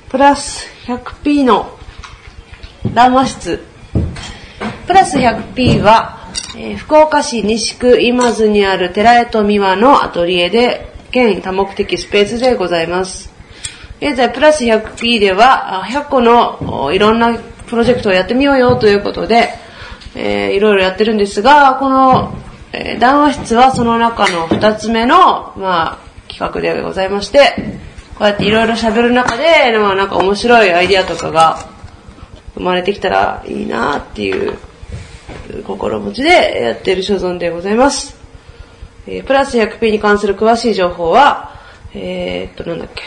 プラス 100p の談話室。プラス 100p は、福岡市西区今津にある寺江と美和のアトリエで兼多目的スペースでございます。現在プラス 100p では100個のいろんなプロジェクトをやってみようよということで、いろいろやってるんですが、この、談話室はその中の2つ目の、企画でございまして、こうやっていろいろ喋る中で、なんか面白いアイディアとかが生まれてきたらいいなっていう心持ちでやっている所存でございます。プラス 100p に関する詳しい情報は、なんだっけ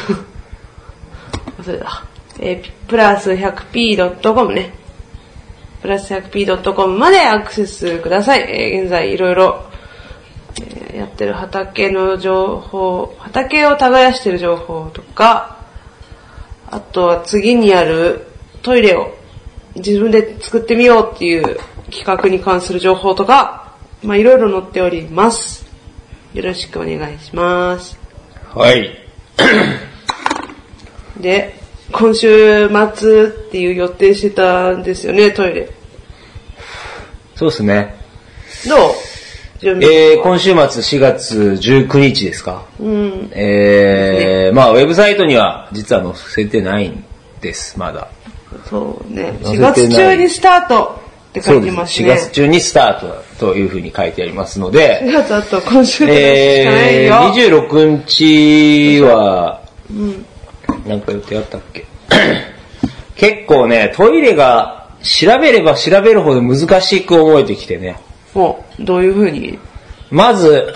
忘れた。プラス 100p.com ね。プラス 100p.com までアクセスください。現在いろいろやってる畑の情報、畑を耕してる情報とか、あとは次にあるトイレを自分で作ってみようっていう企画に関する情報とか、いろいろ載っております。よろしくお願いします。 はい。 で、今週末っていう予定してたんですよね、トイレ。 そうですね。 どう？ 今週末4月19日ですか。 うん。 ウェブサイトには実は載せてないんです、まだ。 そうね。4月中にスタートって書いてますね。 4月中にスタートというふうに書いてありますので。 4月あと今週でしかないよ。 26日は、なんか予定あったっけ結構ね、トイレが調べれば調べるほど難しく思えてきてね。 どういう風に？ まず、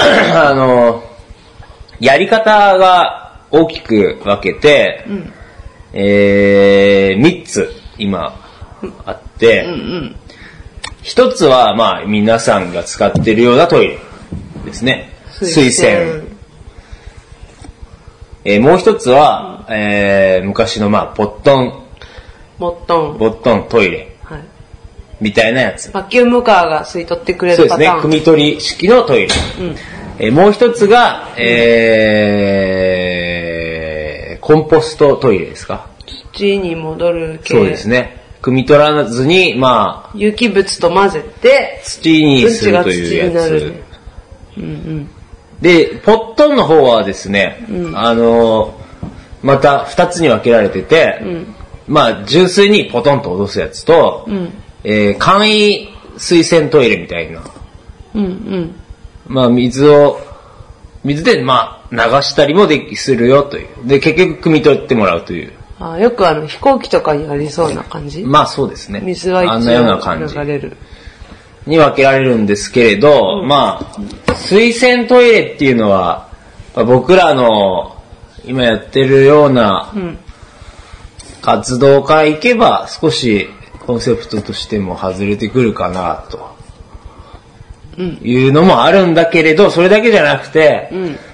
やり方が大きく分けて、3つ今あって、1つは皆さんが使っているようなトイレですね。水洗。もう1つは、昔のボットントイレ。みたいなやつ。 バキュームカーが吸い取ってくれるパターン。 そうですね。汲み取り式のトイレ。もう一つが、コンポストトイレですか。 土に戻る系。 そうですね。汲み取らずに、 有機物と混ぜて、 土にするというやつ。で、ポットンの方はですね、また二つに分けられてて、純粋にポトンと落とすやつと、簡易水洗トイレみたいな。水で流したりもするよという。で、結局汲み取ってもらうという。 よく飛行機とかにありそうな感じ？ そうですね。 水はあんなような感じ流れる。 に分けられるんですけれど、水洗トイレっていうのは、僕らの今やってるような活動からいけば少しコンセプトとしても外れてくるかなというのもあるんだけれど、それだけじゃなくて、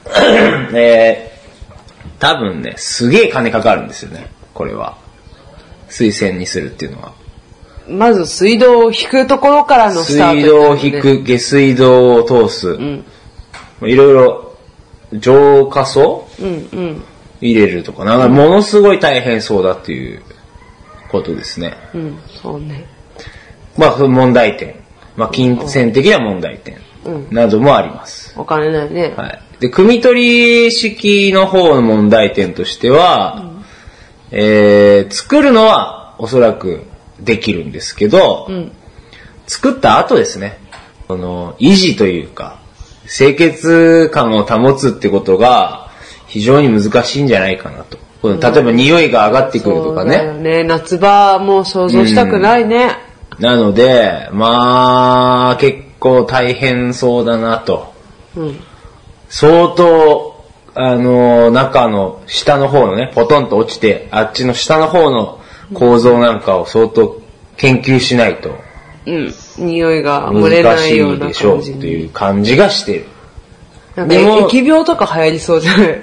多分ね、すげえ金かかるんですよね、これは。水洗にするっていうのは。 まず水道を引くところからのスタート、ね。 水道を引く、下水道を通す。いろいろ、浄化素入れるとか、ものすごい大変そうだっていうことですね。 そうね。 問題点。金銭的な問題点などもあります。 お金ないね。 はい。で、汲み取り式の方の問題点としては、作るのはおそらくできるんですけど、作った後ですね、維持というか、清潔感を保つってことが非常に難しいんじゃないかなと。例えば匂いが上がってくるとかね。 そうだよね。夏場もう想像したくないね。 なので、結構大変そうだなと。相当、中の下の方のね、ポトンと落ちて、あっちの下の方の構造なんかを相当研究しないと。 匂いが漏れないような感じ。難しいでしょうっていう感じがしてる。 なんか疫病とか流行りそうじゃない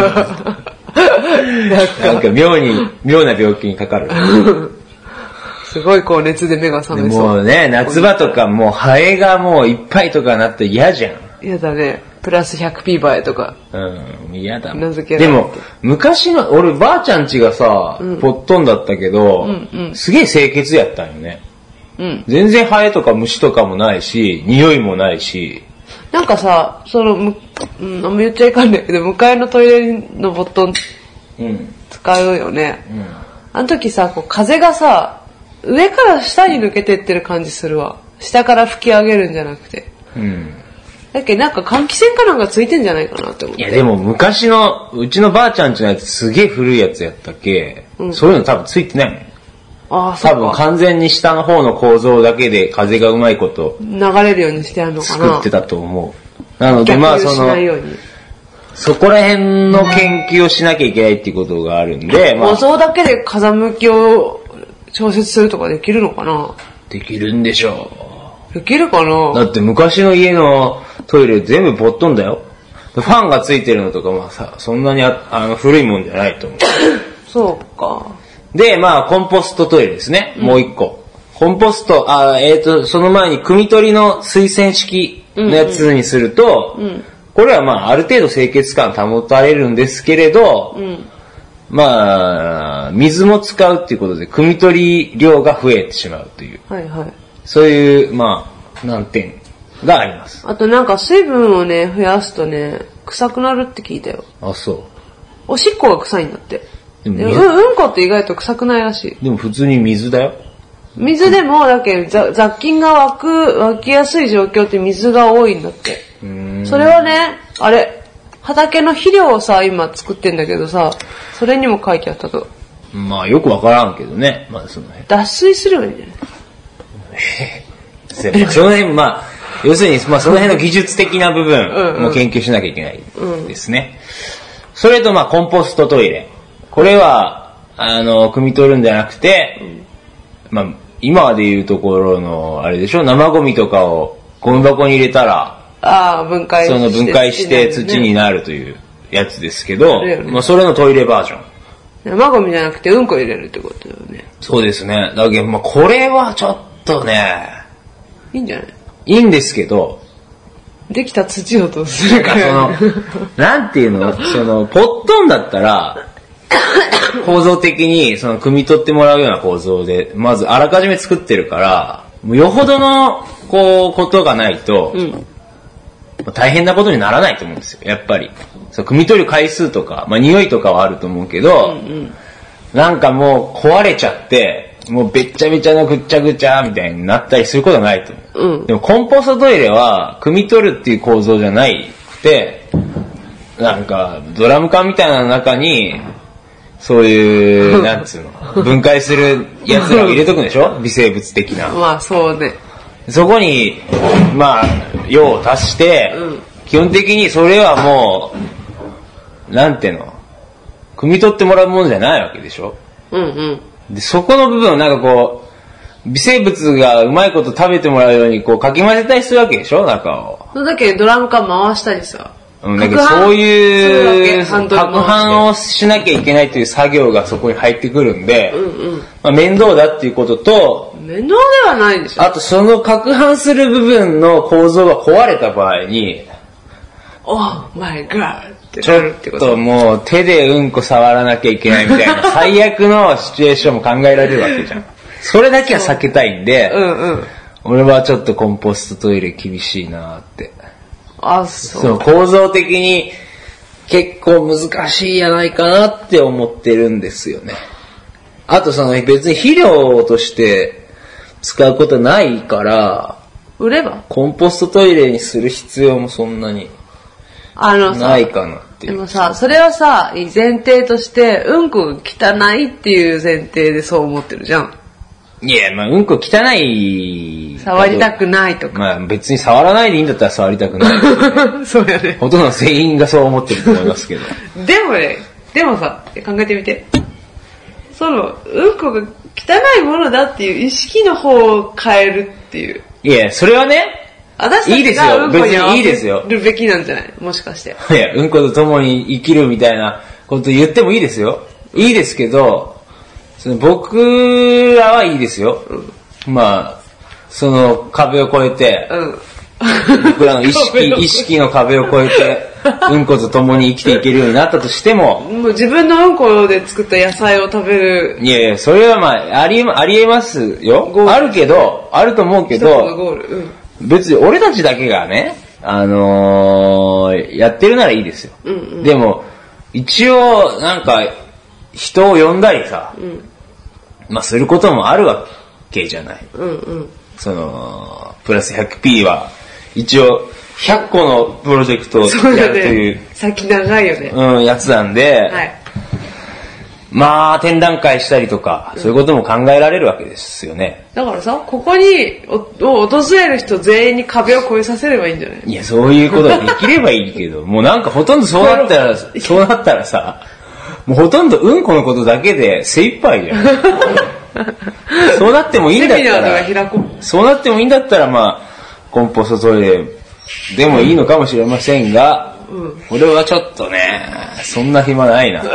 なんか妙な病気にかかる。 すごい熱で目が覚めそう。 もうね、夏場とかもうハエがもういっぱいとかなって嫌じゃん。 嫌だね。 プラス 100p 倍とか。 嫌だ。 でも、昔の、俺ばあちゃん家がさ、ポットンだったけど、すげえ清潔やったんよね。全然ハエとか虫とかもないし、匂いもないし。 なんかさ、あんま言っちゃいかんだけど、向かいのトイレのボットン使うよね。あの時さ、こう風がさ、上から下に抜けてってる感じするわ。下から吹き上げるんじゃなくて。だけどなんか換気扇かなんかついてんじゃないかなって思って。 いやでも昔の、うちのばあちゃんちのやつすげえ古いやつやったっけ、そういうの多分ついてないもん。多分完全に下の方の構造だけで風がうまいこと流れるようにしてあるのかな。 作ってたと思う。なのでまあそこら辺の研究をしなきゃいけないっていうことがあるんで、 構造だけで風向きを調節するとかできるのかな。 できるんでしょう。できるかな。 だって昔の家のトイレ全部ボットンだよ。ファンがついてるのとかもさ、そんなに古いもんじゃないと思う。 そうか。 で、まあ、コンポストトイレですね。もう一個。コンポスト、その前に、汲み取りの水洗式のやつにすると、これはまあ、ある程度清潔感保たれるんですけれど、まあ、水も使うっていうことで、汲み取り量が増えてしまうという。そういう、まあ、難点があります。 あとなんか水分をね、増やすとね、臭くなるって聞いたよ。 あ、そう。 おしっこが臭いんだって。うんこって意外と臭くないらしい。 でも普通に水だよ。 水でも、だけど雑菌が湧きやすい状況って水が多いんだって。それはね、畑の肥料をさ、今作ってんだけどさ、それにも書いてあったと。 まあよくわからんけどね。まあその辺。 脱水すればいいんじゃないその辺、まあ、要するに、まあその辺の技術的な部分も研究しなきゃいけないですね。それとまあコンポストトイレ。これは、汲み取るんじゃなくて、まあ、今でいうところの、あれでしょ、生ゴミとかをゴミ箱に入れたら、 分解して土になるというやつですけど、まあ、それのトイレバージョン。 生ゴミじゃなくてうんこ入れるってことだよね。 そうですね。だけど、まあ、これはちょっとね、 いいんじゃない？ いいんですけど、 できた土をどうするか。 なんていうの、ポットンだったら、構造的に、汲み取ってもらうような構造で、まずあらかじめ作ってるから、よほどの、ことがないと、大変なことにならないと思うんですよ、やっぱり。汲み取る回数とか、まあ匂いとかはあると思うけど、なんかもう壊れちゃって、もうべっちゃべちゃのぐっちゃぐちゃみたいになったりすることはないと思う。でもコンポストトイレは、汲み取るっていう構造じゃないくて、なんか、ドラム缶みたいなの中に、そういう、なんつうの、分解するやつらを入れとくんでしょ？微生物的な。 まあそうね。 そこに、まあ、用を足して、基本的にそれはもう、なんていうの、汲み取ってもらうものじゃないわけでしょ？で、そこの部分をなんか微生物がうまいこと食べてもらうようにかき混ぜたりするわけでしょ？中を。 そうだけどドラム缶回したりさ。 だけどそういう攪拌をしなきゃいけないという作業がそこに入ってくるんで、まあ、面倒だっていうことと、 面倒ではないでしょ。 あとその攪拌する部分の構造が壊れた場合に、 Oh my god ってちょっともう手でうんこ触らなきゃいけないみたいな最悪のシチュエーションも考えられるわけじゃん。それだけは避けたいんで、俺はちょっとコンポストトイレ厳しいなって。そう構造的に結構難しいやないかなって思ってるんですよね。あと別に肥料として使うことないから売ればコンポストトイレにする必要もそんなにないかなっていう。 でもさ、それはさ、前提としてうんこが汚いっていう前提でそう思ってるじゃん。 いや、まあ、うんこ汚い。 触りたくないとか。 まあ、別に触らないでいいんだったら触りたくない、 ね。そうやね。 ほとんど全員がそう思ってると思いますけど。 でもさ、考えてみて。うんこが汚いものだっていう意識の方を変えるっていう。 いや、それはね、 いいですよ。別にいいですよ。るべきなんじゃない？もしかして。 いや、うんこと共に生きるみたいなこと言ってもいいですよ。いいですけど、僕らはいいですよ。まあ、その壁を越えて、 僕らの意識の壁を越えて、うんこと共に生きていけるようになったとしても、 もう自分のうんこで作った野菜を食べる。 いやいや、それはまあ、ありえますよ。あるけど、あると思うけど、別に俺たちだけがね、やってるならいいですよ。でも、一応、なんか、人を呼んだりさ、まあ、することもあるわけじゃない。その、プラス 100p は、一応、100個のプロジェクトをやるという。 先長いよね。 やつなんで、はい、まあ、展覧会したりとか、そういうことも考えられるわけですよね。 だからさ、ここに訪れる人全員に壁を越えさせればいいんじゃない？ いや、そういうことができればいいけど、もうなんかほとんどそうなったらさ、もうほとんどうんこのことだけで精一杯じゃん。そうなってもいいんだったら、そうなってもいいんだったら、まあ、コンポストトイレでもいいのかもしれませんが、俺はちょっとね、そんな暇ないな。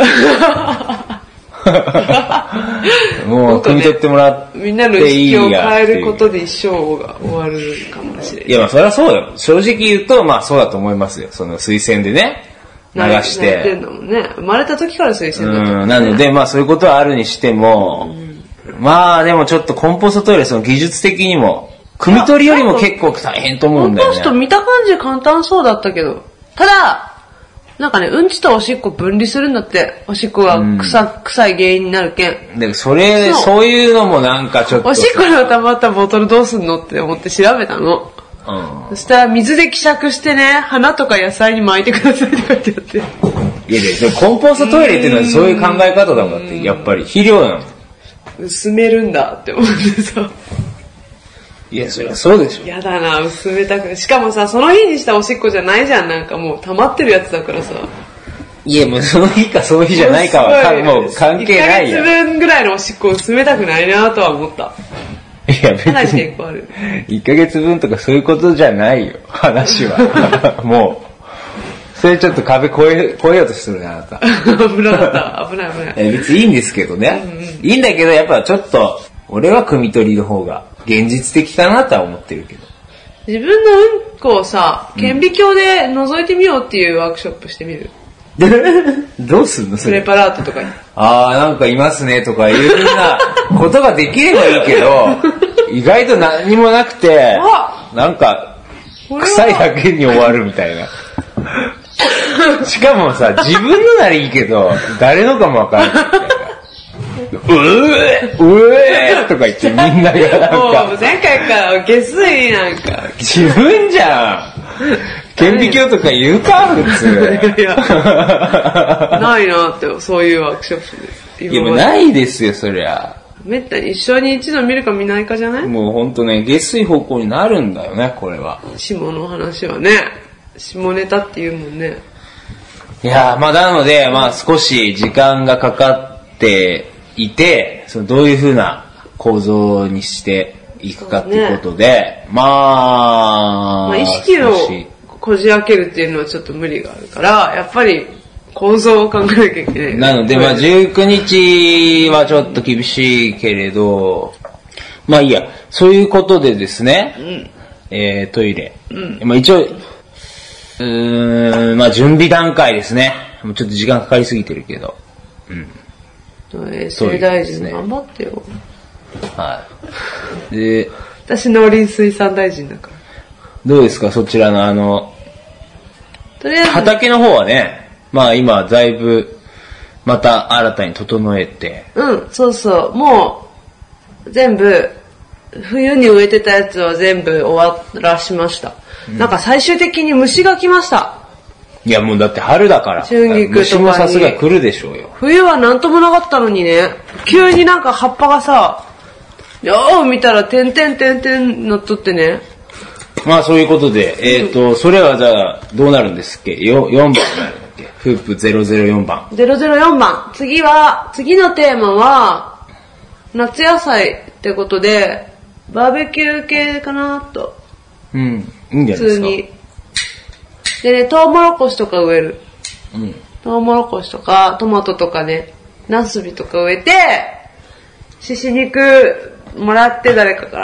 もう、汲み取ってもらっていいや。 みんなの意識を変えることで一生が終わるかもしれない。 いや、まあそれはそうよ。正直言うと、まあそうだと思いますよ。その推薦でね、流して。 やってんだもんね。生まれた時から推薦だったもんね。 なので、まあそういうことはあるにしても、まあでもちょっとコンポストトイレ、その技術的にも、汲み取りよりも結構大変と思うんだよね。 コンポスト見た感じ簡単そうだったけど。ただ、なんかね、うんちとおしっこ分離するんだって。おしっこが臭い原因になるけん。 でそういうのもなんかちょっと。 おしっこの溜まったボトルどうすんのって思って調べたの。そしたら水で希釈してね、花とか野菜に巻いてくださいって書いてあって。 いやでもコンポストトイレっていうのはそういう考え方だもんって、やっぱり肥料なの。 薄めるんだって思ってさ。 いや、そりゃそうでしょ。 やだな、薄めたく。しかもさ、その日にしたおしっこじゃないじゃん。なんかもう溜まってるやつだからさ。 いや、もうその日かその日じゃないかはもう関係ないやん。 1ヶ月分ぐらいのおしっこを薄めたくないなとは思った。 いや、別に。 話結構ある。 1ヶ月分とかそういうことじゃないよ。話は。もう。それちょっと壁越えようとするね、あなた。 危なかった。危ない。 別にいいんですけどね。いいんだけど、やっぱちょっと、俺は汲み取りの方が現実的かなとは思ってるけど。 自分のうんこをさ、顕微鏡で覗いてみようっていうワークショップしてみる。 どうすんのそれ。 プレパラートとかに。 なんかいますねとかいうふうなことができればいいけど、意外と何もなくて、なんか、臭いだけに終わるみたいな。しかもさ、自分のならいいけど、誰のかもわからないみたいな。うえーとか言ってみんながなんか。 もう前回から下水なんか。 自分じゃん。顕微鏡とか言うか普通。 いやないなって、そういうワークショップで。 いや、もうないですよ、そりゃ。 めったに一生に一度見るか見ないかじゃない？ もうほんとね、下水方向になるんだよね、これは。 下の話はね。下ネタって言うもんね。 いやまあなので、まあ少し時間がかかっていて、そのどういう風な構造にしていくかっていうことで、ね、まあ、 意識をこじ開けるっていうのはちょっと無理があるから、やっぱり構造を考えなきゃいけない。 なので、まあ19日はちょっと厳しいけれど、まあいいや、そういうことでですね、トイレ。まあ一応、まあ準備段階ですね。もうちょっと時間かかりすぎてるけど。 衛生大臣頑張ってよ。 はい。で、 私農林水産大臣だから。 どうですかそちらのとりあえず畑の方はね、まあ今だいぶまた新たに整えて。 そうそう。もう全部冬に植えてたやつは全部終わらしました。なんか最終的に虫が来ました。 いやもうだって春だから。 春菊とかに。 虫もさすが来るでしょうよ。 冬はなんともなかったのにね、急になんか葉っぱがさ、見たら点々なっとってね。 まあそういうことで、それはじゃあどうなるんですっけ 4 番になるんだっけフープ004番。 004番。次のテーマは、夏野菜ってことで、バーベキュー系かなと。 いいんじゃないですか。 普通に。でね、トウモロコシとか植える。トウモロコシとか、トマトとかね、ナスビとか植えて、シシ肉もらって誰かから。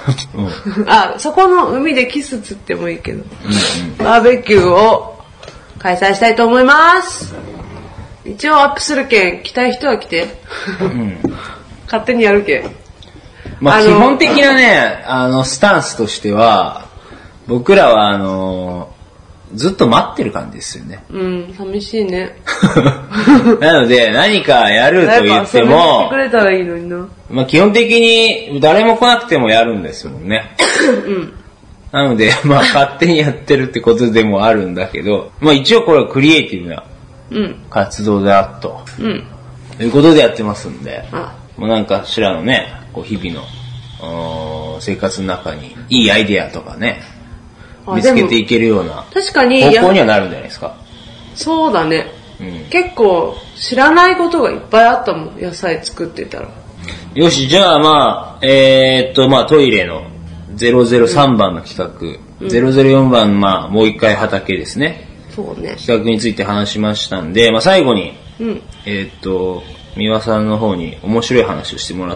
あ、そこの海でキス釣ってもいいけど。バーベキューを開催したいと思います。一応アップするけん、来たい人は来て。勝手にやるけん。 まあ基本的なね、スタンスとしては、僕らはずっと待ってる感じですよね。 寂しいね。 なので、何かやると言っても、 くれたらいいのにな。 まあ基本的に誰も来なくてもやるんですもんね。なので、まあ勝手にやってるってことでもあるんだけど、まあ一応これはクリエイティブな活動だと、いうことでやってますんで、もうなんかしらのね、こう日々の生活の中にいいアイデアとかね、見つけていけるような確かに方向にはなるんじゃないですか。 そうだね、結構知らないことがいっぱいあったもん、野菜作ってたら。 よし、じゃあまあ、まあトイレの003番の企画、004番、まあもう一回畑ですね。 そうね。 企画について話しましたんで、まあ最後に、三輪さんの方に面白い話をしてもらって、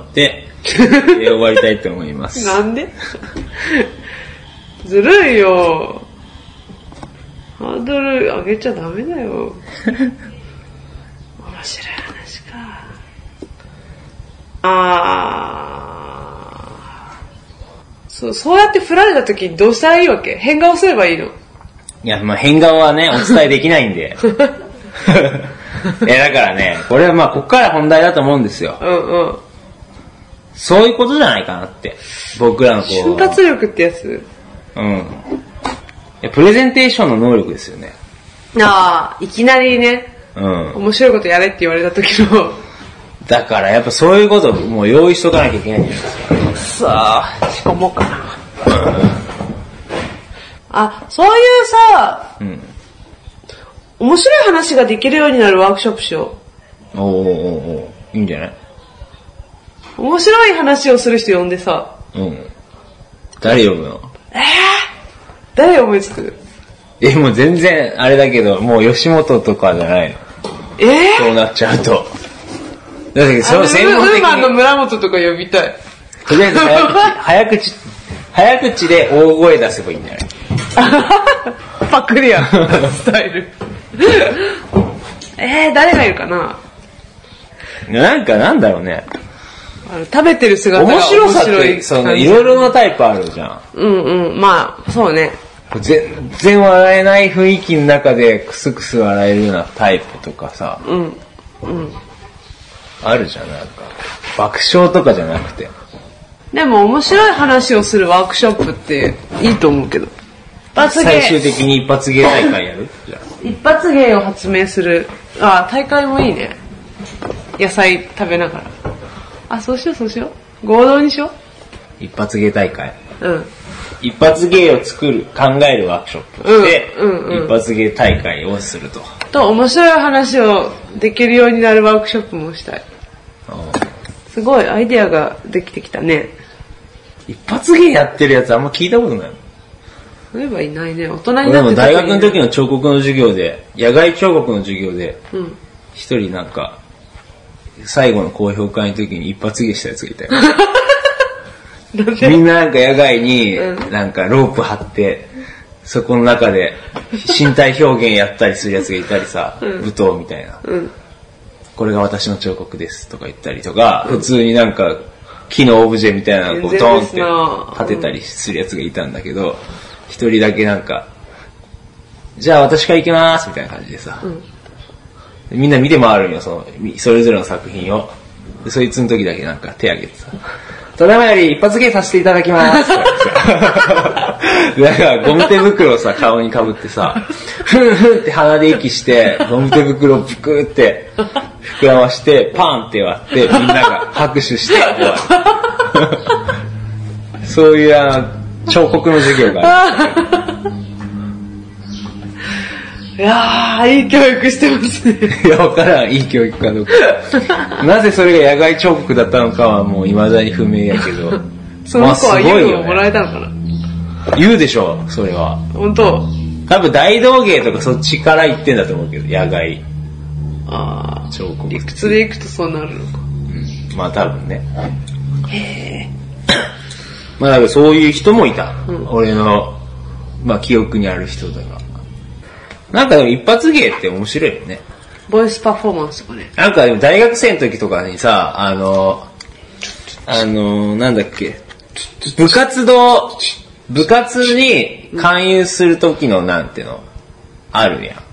終わりたいと思います。 なんでずるいよ。ハードル上げちゃダメだよ。面白い話か。そうやって振られた時にどうしたらいいわけ？変顔すればいいの？ いや、まあ変顔はね、お伝えできないんで。だからね、これはまあこっから本題だと思うんですよ。そういうことじゃないかなって。僕らのこう。 瞬発力ってやつ？ プレゼンテーションの能力ですよね。 いきなりね、面白いことやれって言われた時の。 だからやっぱそういうことをもう用意しとかなきゃいけないんじゃないですか。 さあ、仕込もうかな。そういうさ、面白い話ができるようになるワークショップしよう。いいんじゃない？ 面白い話をする人呼んでさ。 誰呼ぶの？ 誰思いつく？ もう全然あれだけど、もう吉本とかじゃないの。そうなっちゃうと。だってその専門的に。ウーマンの村本とか呼びたい。 とりあえず早口で大声出せばいいんじゃない？ パクリやん、スタイル。誰がいるかな？ なんだろうね。 食べてる姿が面白さって、いろいろなタイプあるじゃん。まあ、そうね。 全然笑えない雰囲気の中でクスクス笑えるようなタイプとかさ。あるじゃん、なんか。爆笑とかじゃなくて。 でも面白い話をするワークショップっていいと思うけど。 最終的に一発芸大会やる？ 一発芸を発明する。大会もいいね。野菜食べながら。そうしよう。合同にしよう。一発芸大会。 一発芸を考えるワークショップで、一発芸大会をすると。 面白い話をできるようになるワークショップもしたい。すごいアイデアができてきたね。 一発芸やってるやつあんま聞いたことない。 そういえばいないね。大人になってた。 俺も大学の時の彫刻の授業で、野外彫刻の授業で、一人なんか、最後の公表会の時に一発芸したやつがいたよ。みんななんか野外になんかロープ張って、そこの中で身体表現やったりするやつがいたりさ、舞踏みたいな。これが私の彫刻ですとか言ったりとか、普通になんか木のオブジェみたいなのをこうドーンって立てたりするやつがいたんだけど、一人だけなんか、じゃあ私から行きますみたいな感じでさ、みんな見て回るんよ、それぞれの作品を。でそいつの時だけなんか手挙げてさ、ただいまより一発芸させていただきますだからゴム手袋をさ、顔に被ってさ、ふんふんって鼻で息して、ゴム手袋をぷくーって膨らまして、パーンって割って、みんなが拍手して終わる。そういう彫刻の授業がある。 いやー、いい教育してますね。 いや、わからん、いい教育かどうか。なぜそれが野外彫刻だったのかはもう未だに不明やけど。 その子は言うをもらえたのかな？ 言うでしょ、それは。 本当？ 多分大道芸とかそっちから言ってんだと思うけど、野外。彫刻。 理屈でいくとそうなるのか。 まあ多分ね。 へまあだからそういう人もいた。俺の、まあ記憶にある人とか。なんかでも一発芸って面白いよね。 ボイスパフォーマンスとかね。 なんかでも大学生の時とかにさ、なんだっけ、部活に勧誘する時のなんての、あるやん。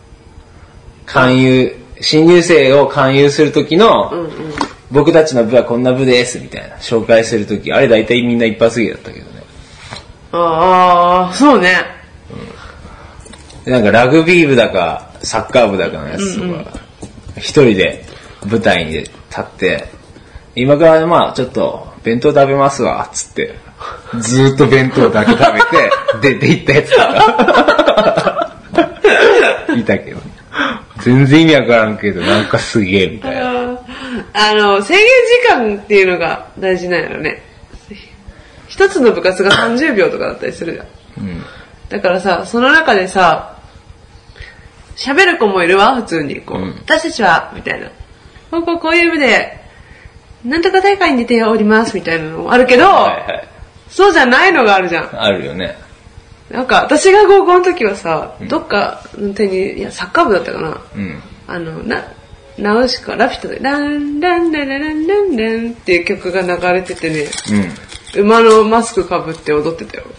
新入生を勧誘する時の、僕たちの部はこんな部です、みたいな、紹介する時、あれ大体みんな一発芸だったけどね。 ああ、そうね。 なんかラグビー部だか、サッカー部だかのやつとか、一人で舞台に立って、今からまあちょっと弁当食べますわ、つって、ずーっと弁当だけ食べて、出て行ったやつとか、いたけど。全然意味わからんけど、なんかすげえ、みたいな。 制限時間っていうのが大事なんやろね。一つの部活が30秒とかだったりするじゃん。だからさ、その中でさ、喋る子もいるわ、普通に。私たちは、みたいな。こういう部で、なんとか大会に出ております、みたいなのもあるけど、そうじゃないのがあるじゃん。 あるよね。 なんか、私が高校の時はさ、どっかの手に、いや、サッカー部だったかな。ナウシカ、ラピュタで、ラン、ラン、ラン、ラン、ラン、ラン、ランっていう曲が流れててね、馬のマスクかぶって踊ってたよ。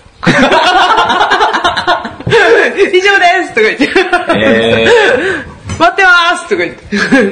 以上ですとか言って。待ってますとか言って。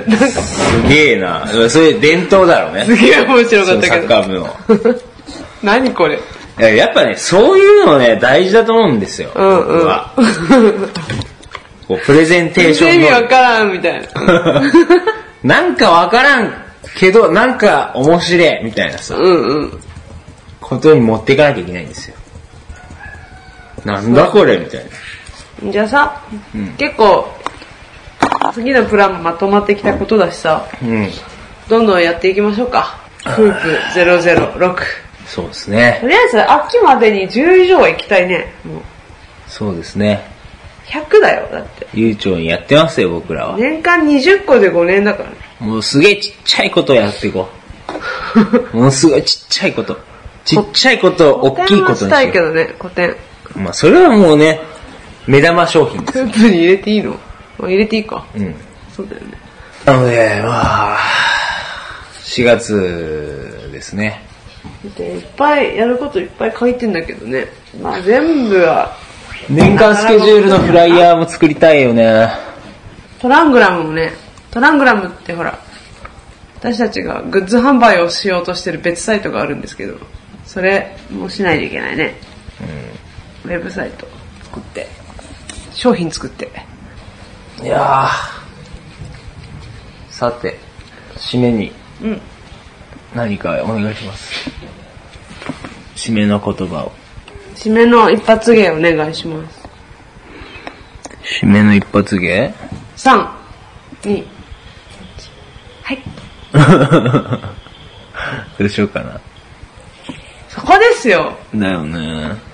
なんかすげえな。それ伝統だろうね。 すげえ面白かったけど。 サッカー部の。 何これ。 やっぱね、そういうのね、大事だと思うんですよ。僕は。こうプレゼンテーションの。 意味わからんみたいな。 なんかわからんけど、なんか面白いみたいなさ、ことに持っていかなきゃいけないんですよ。なんだこれみたいな。じゃあさ、結構、次のプランもまとまってきたことだしさ、どんどんやっていきましょうか。フープ006。 そうですね。 とりあえず秋までに10以上は行きたいね。 そうですね。 100だよ、だって。 悠長にやってますよ、僕らは。 年間20個で5年だからね。 もうすげえちっちゃいことをやっていこう。ものすごいちっちゃいこと。ちっちゃいことを大きいことにしよう。 古典はしたいけどね、古典。 まあそれはもうね、目玉商品です。 フープに入れていいの？入れていいか。そうだよね。 なので、まあ、4月ですね。 でいっぱいやることいっぱい書いてんだけどね。まあ全部は。 年間スケジュールのフライヤーも作りたいよね。 トラングラムもね、トラングラムってほら、私たちがグッズ販売をしようとしてる別サイトがあるんですけど、それもしないといけないね。ウェブサイト作って、商品作って。 いやー、さて、締めに、何かお願いします。締めの言葉を。 締めの一発芸お願いします。 締めの一発芸 ?3、2、はい。 どうしようかな。 そこですよ。 だよね。